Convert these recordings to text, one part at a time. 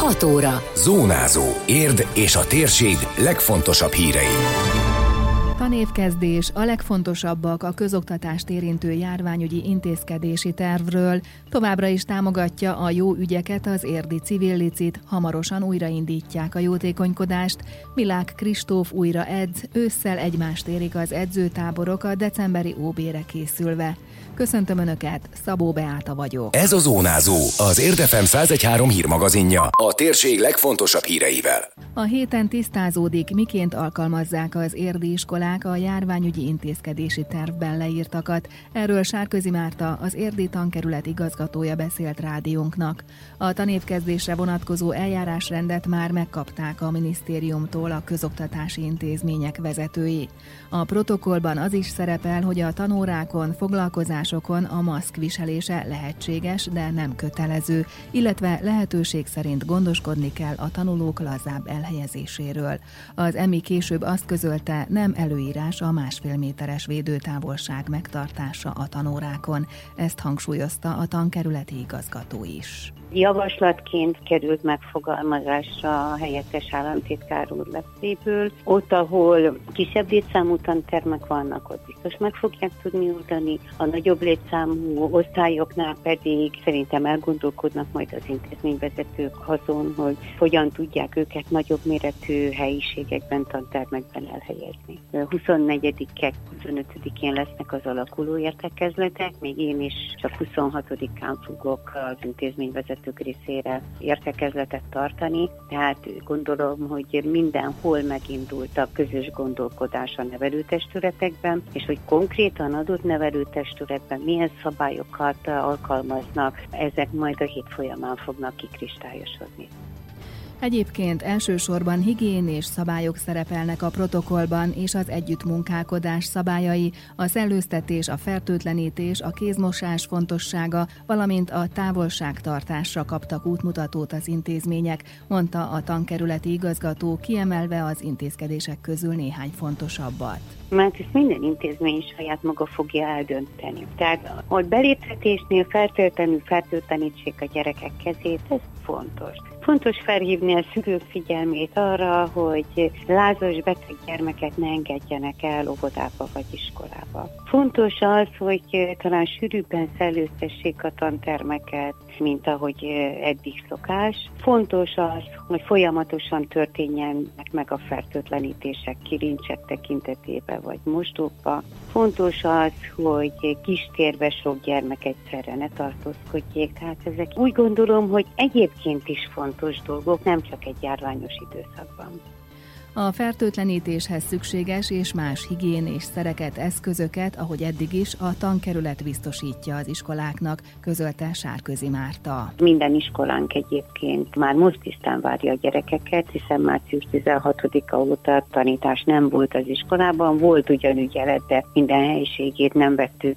6 óra. Zónázó. Érd és a térség legfontosabb hírei. Tanévkezdés, a legfontosabbak a közoktatást érintő járványügyi intézkedési tervről. Továbbra is támogatja a jó ügyeket az érdi civil licit, hamarosan újraindítják a jótékonykodást. Milák Kristóf újra edz, ősszel egymást érik az edzőtáborok a decemberi OB-re készülve. Köszöntöm Önöket, Szabó Beáta vagyok. Ez a Zónázó, az Érd FM 101.3 hírmagazinja, a térség legfontosabb híreivel. A héten tisztázódik, miként alkalmazzák az érdi iskolák a járványügyi intézkedési tervben leírtakat. Erről Sárközi Márta, az érdi tankerület igazgatója beszélt rádiónknak. A tanévkezdésre vonatkozó eljárásrendet már megkapták a minisztériumtól a közoktatási intézmények vezetői. A protokollban az is szerepel, hogy a tanórákon, foglalkozásokon a maszk viselése lehetséges, de nem kötelező, illetve lehetőség szerint gondoskodni kell a tanulók lazább elhelyezéséről. Az EMI később azt közölte, nem előírás a 1,5 méteres védőtávolság megtartása a tanórákon. Ezt hangsúlyozta a tankerületi igazgató is. Javaslatként került megfogalmazásra a helyettes államtitkár úr leszéből. Ott, ahol kisebb létszámú tantermek vannak, ott biztos meg fogják tudni oldani. A nagyobb létszámú osztályoknál pedig szerintem elgondolkodnak majd az intézményvezetők azon, hogy hogyan tudják őket nagyobb méretű helyiségekben, tantermekben elhelyezni. 24-e, 25-én lesznek az alakuló értekezletek, még én is csak 26-án fogok az intézményvezetők részére értekezletet tartani, tehát gondolom, hogy mindenhol megindult a közös gondolkodás a nevelőtestületekben, és hogy konkrétan adott nevelőtestületben milyen szabályokat alkalmaznak, ezek majd a hét folyamán fognak kikristályosodni. Egyébként elsősorban higiénés szabályok szerepelnek a protokollban, és az együttmunkálkodás szabályai, a szellőztetés, a fertőtlenítés, a kézmosás fontossága, valamint a távolságtartásra kaptak útmutatót az intézmények, mondta a tankerületi igazgató, kiemelve az intézkedések közül néhány fontosabbat. Mert ezt minden intézmény saját maga fogja eldönteni. Tehát a beléptetésnél feltétlenül fertőtlenítsék a gyerekek kezét, ez fontos. Fontos felhívni a szülők figyelmét arra, hogy lázas, beteg gyermeket ne engedjenek el óvodába vagy iskolába. Fontos az, hogy talán sűrűbben szellőztessék a tantermeket, mint ahogy eddig szokás. Fontos az, hogy folyamatosan történjenek meg a fertőtlenítések kilincsek tekintetében vagy mosdókba. Fontos az, hogy kistérbe sok gyermek egyszerre ne tartózkodjék. Tehát ezek úgy gondolom, hogy egyébként is fontos dolgok, nem csak egy járványos időszakban. A fertőtlenítéshez szükséges és más higiénés szereket, eszközöket, ahogy eddig is, a tankerület biztosítja az iskoláknak, közölte Sárközi Márta. Minden iskolánk egyébként már most tisztán várja a gyerekeket, hiszen március 16-a óta tanítás nem volt az iskolában, volt ugyan ügyelet, de minden helyiségét nem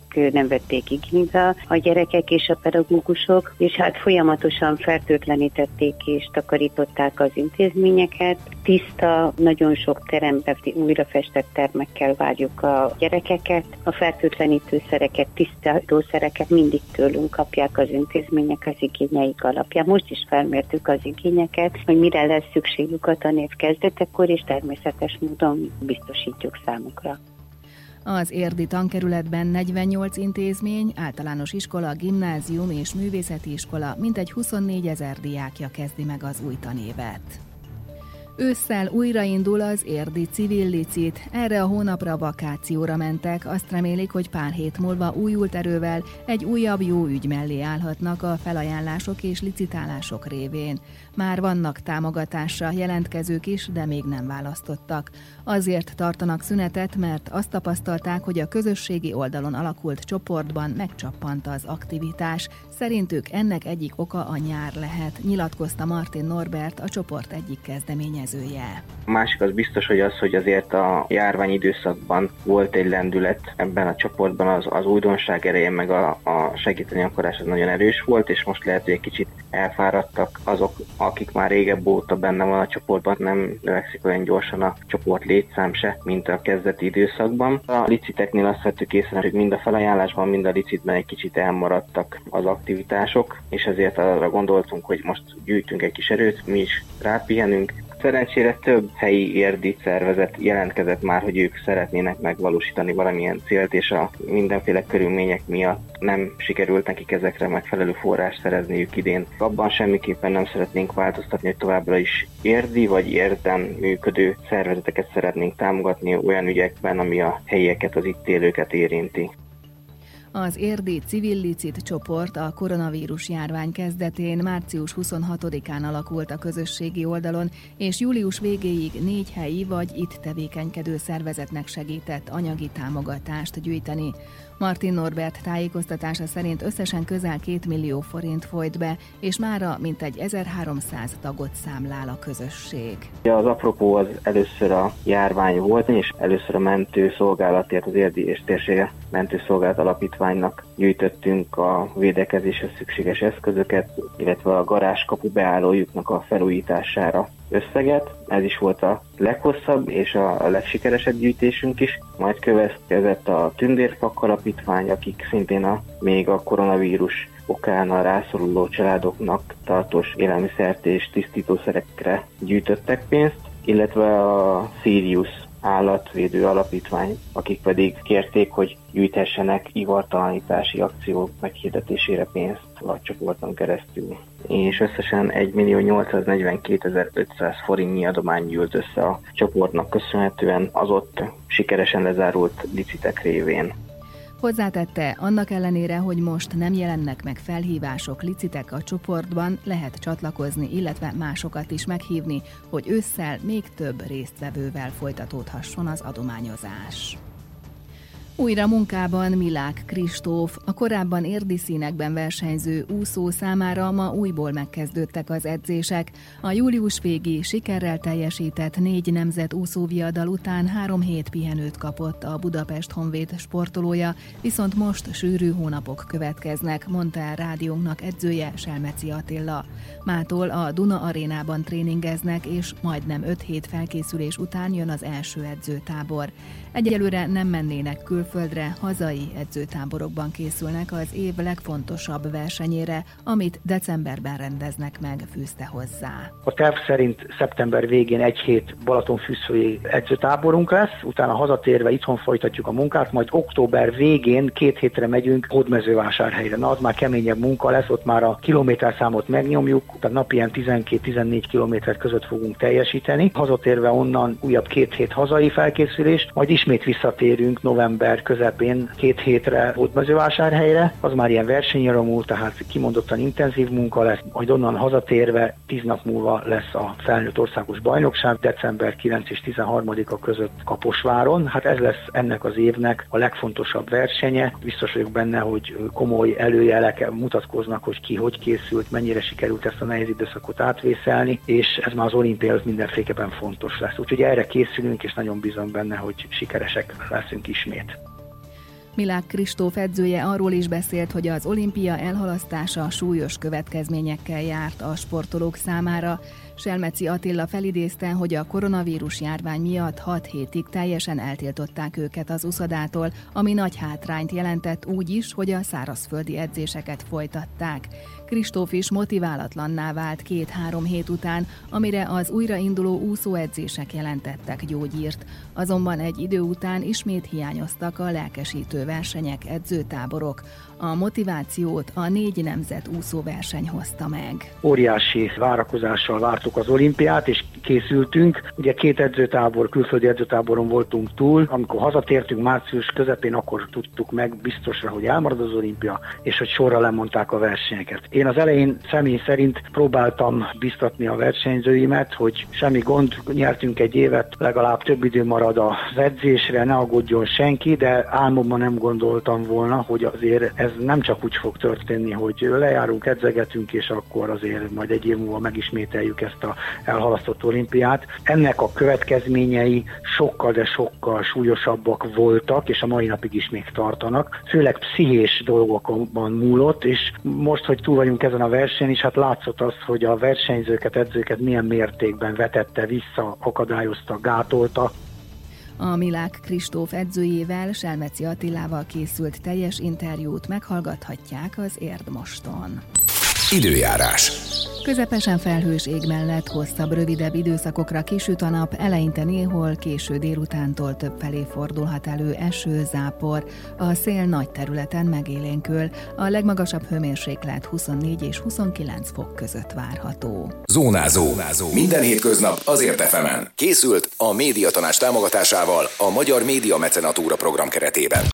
vették igénybe a gyerekek és a pedagógusok, és hát folyamatosan fertőtlenítették és takarították az intézményeket. Tiszta, nagyon sok teremben újrafestett termekkel várjuk a gyerekeket. A fertőtlenítőszereket, tisztítószereket mindig tőlünk kapják az intézmények az igényeik alapján. Most is felmértük az igényeket, hogy mire lesz szükségük a tanév kezdetekor, és természetes módon biztosítjuk számukra. Az érdi tankerületben 48 intézmény, általános iskola, gimnázium és művészeti iskola mintegy 24 000 diákja kezdi meg az új tanévet. Ősszel újraindul az érdi civil licit. Erre a hónapra vakációra mentek, azt remélik, hogy pár hét múlva újult erővel egy újabb jó ügy mellé állhatnak a felajánlások és licitálások révén. Már vannak támogatásra jelentkezők is, de még nem választottak. Azért tartanak szünetet, mert azt tapasztalták, hogy a közösségi oldalon alakult csoportban megcsappant az aktivitás. Szerintük ennek egyik oka a nyár lehet, nyilatkozta Martin Norbert, a csoport egyik kezdeményezője. versenyezője. A másik az biztos, hogy azért a járvány időszakban volt egy lendület ebben a csoportban, az újdonság ereje meg a segíteni akarás az nagyon erős volt, és most lehet, hogy egy kicsit elfáradtak azok, akik már régebb óta benne van a csoportban, nem növekszik olyan gyorsan a csoport létszám se, mint a kezdeti időszakban. A liciteknél azt vettük észre, hogy mind a felajánlásban, mind a licitben egy kicsit elmaradtak az aktivitások, és ezért arra gondoltunk, hogy most gyűjtünk egy kis erőt, mi is rápihenünk. Szerencsére több helyi érdi szervezet jelentkezett már, hogy ők szeretnének megvalósítani valamilyen célt, és a mindenféle körülmények miatt nem sikerült nekik ezekre megfelelő forrást szerezniük idén. Abban semmiképpen nem szeretnénk változtatni, hogy továbbra is érdi vagy érden működő szervezeteket szeretnénk támogatni olyan ügyekben, ami a helyieket, az itt élőket érinti. Az érdi civil licit csoport a koronavírus járvány kezdetén március 26-án alakult a közösségi oldalon, és július végéig 4 helyi vagy itt tevékenykedő szervezetnek segített anyagi támogatást gyűjteni. Martin Norbert tájékoztatása szerint összesen közel 2 millió forint folyt be, és mára mintegy 1300 tagot számlál a közösség. Az apropó az először a járvány volt, és először a mentőszolgálatért, az érdi és térsége mentőszolgálat alapítványnak gyűjtöttünk a védekezéshez szükséges eszközöket, illetve a garázskapu beállójuknak a felújítására összeget. Ez is volt a leghosszabb és a legsikeresebb gyűjtésünk is. Majd következett a Tündérfak alapítvány, akik szintén még a koronavírus okán a rászoruló családoknak tartós élelmiszert és tisztítószerekre gyűjtöttek pénzt, illetve a Sirius állatvédő alapítvány, akik pedig kérték, hogy gyűjthessenek ivartalanítási akció meghirdetésére pénzt a csoporton keresztül. És összesen 1.842.500 forintnyi adomány gyűlt össze a csoportnak köszönhetően az ott sikeresen lezárult licitek révén. Hozzátette, annak ellenére, hogy most nem jelennek meg felhívások, licitek a csoportban, lehet csatlakozni, illetve másokat is meghívni, hogy ősszel még több résztvevővel folytatódhasson az adományozás. Újra munkában Milák Kristóf, a korábban érdi színekben versenyző úszó számára ma újból megkezdődtek az edzések. A július végi sikerrel teljesített 4 nemzet úszóviadal után 3 hét pihenőt kapott a Budapest Honvéd sportolója, viszont most sűrű hónapok következnek, mondta el rádiónknak edzője, Selmeci Attila. Mától a Duna arénában tréningeznek, és majdnem 5 hét felkészülés után jön az első edzőtábor. Egyelőre nem mennének külföldre, hazai edzőtáborokban készülnek az év legfontosabb versenyére, amit decemberben rendeznek meg, fűzte hozzá. A terv szerint szeptember végén 1 hét Balatonfürdői edzőtáborunk lesz, utána hazatérve itthon folytatjuk a munkát, majd október végén 2 hétre megyünk Hódmezővásárhelyre. Na, az már keményebb munka lesz, ott már a kilométerszámot megnyomjuk, tehát napi ilyen 12-14 kilométer között fogunk teljesíteni. Hazatérve onnan újabb 2 hét hazai felkészülés, majd ismét visszatérünk november közepén 2 hétre Hódmezővásárhelyre. Az már ilyen versenyaromú, tehát kimondottan intenzív munka lesz, majd onnan hazatérve 10 nap múlva lesz a felnőtt országos bajnokság, december 9 és 13-a között Kaposváron. Hát ez lesz ennek az évnek a legfontosabb versenye. Biztos vagyok benne, hogy komoly előjelek mutatkoznak, hogy ki hogy készült, mennyire sikerült ezt a nehéz időszakot átvészelni, és ez már az olimpiához mindenféleképpen fontos lesz. Úgyhogy erre készülünk, és nagyon bízom benne, hogy sikeresek leszünk ismét. Milák Kristóf edzője arról is beszélt, hogy az olimpia elhalasztása súlyos következményekkel járt a sportolók számára. Selmeci Attila felidézte, hogy a koronavírus járvány miatt 6 hétig teljesen eltiltották őket az uszodától, ami nagy hátrányt jelentett úgy is, hogy a szárazföldi edzéseket folytatták. Kristóf is motiválatlanná vált 2-3 hét után, amire az újrainduló úszóedzések jelentettek gyógyírt. Azonban egy idő után ismét hiányoztak a lelkesítő versenyek, edzőtáborok. A motivációt a 4 nemzet úszóverseny hozta meg. Óriási várakozással vártuk az olimpiát, és készültünk. Ugye 2 edzőtábor, külföldi edzőtáboron voltunk túl. Amikor hazatértünk március közepén, akkor tudtuk meg biztosra, hogy elmarad az olimpia, és hogy sorra lemondták a versenyeket. Én az elején személy szerint próbáltam biztatni a versenyzőimet, hogy semmi gond, nyertünk egy évet, legalább több idő marad az edzésre, ne aggódjon senki, de álmomban nem gondoltam volna, hogy azért ez nem csak úgy fog történni, hogy lejárunk, edzegetünk, és akkor azért majd egy év múlva megismételjük ezt a elhalasztott olimpiát. Ennek a következményei sokkal, de sokkal súlyosabbak voltak, és a mai napig is még tartanak. Főleg pszichés dolgokban múlott, és most, hogy túl vagyunk ezen a versenyen is, hát látszott az, hogy a versenyzőket, edzőket milyen mértékben vetette vissza, akadályozta, gátolta. A Milák Kristóf edzőjével, Selmeci Attilával készült teljes interjút meghallgathatják az Érdmoston. Időjárás. Közepesen felhős ég mellett hosszabb, rövidebb időszakokra kisüt a nap, eleinte néhol, késő délutántól többfelé fordulhat elő eső, zápor. A szél nagy területen megélénkül, a legmagasabb hőmérséklet 24 és 29 fok között várható. Zónázó. Minden hétköznap azért FM-en. Készült a Médiatanács támogatásával a Magyar Média Mecenatúra program keretében.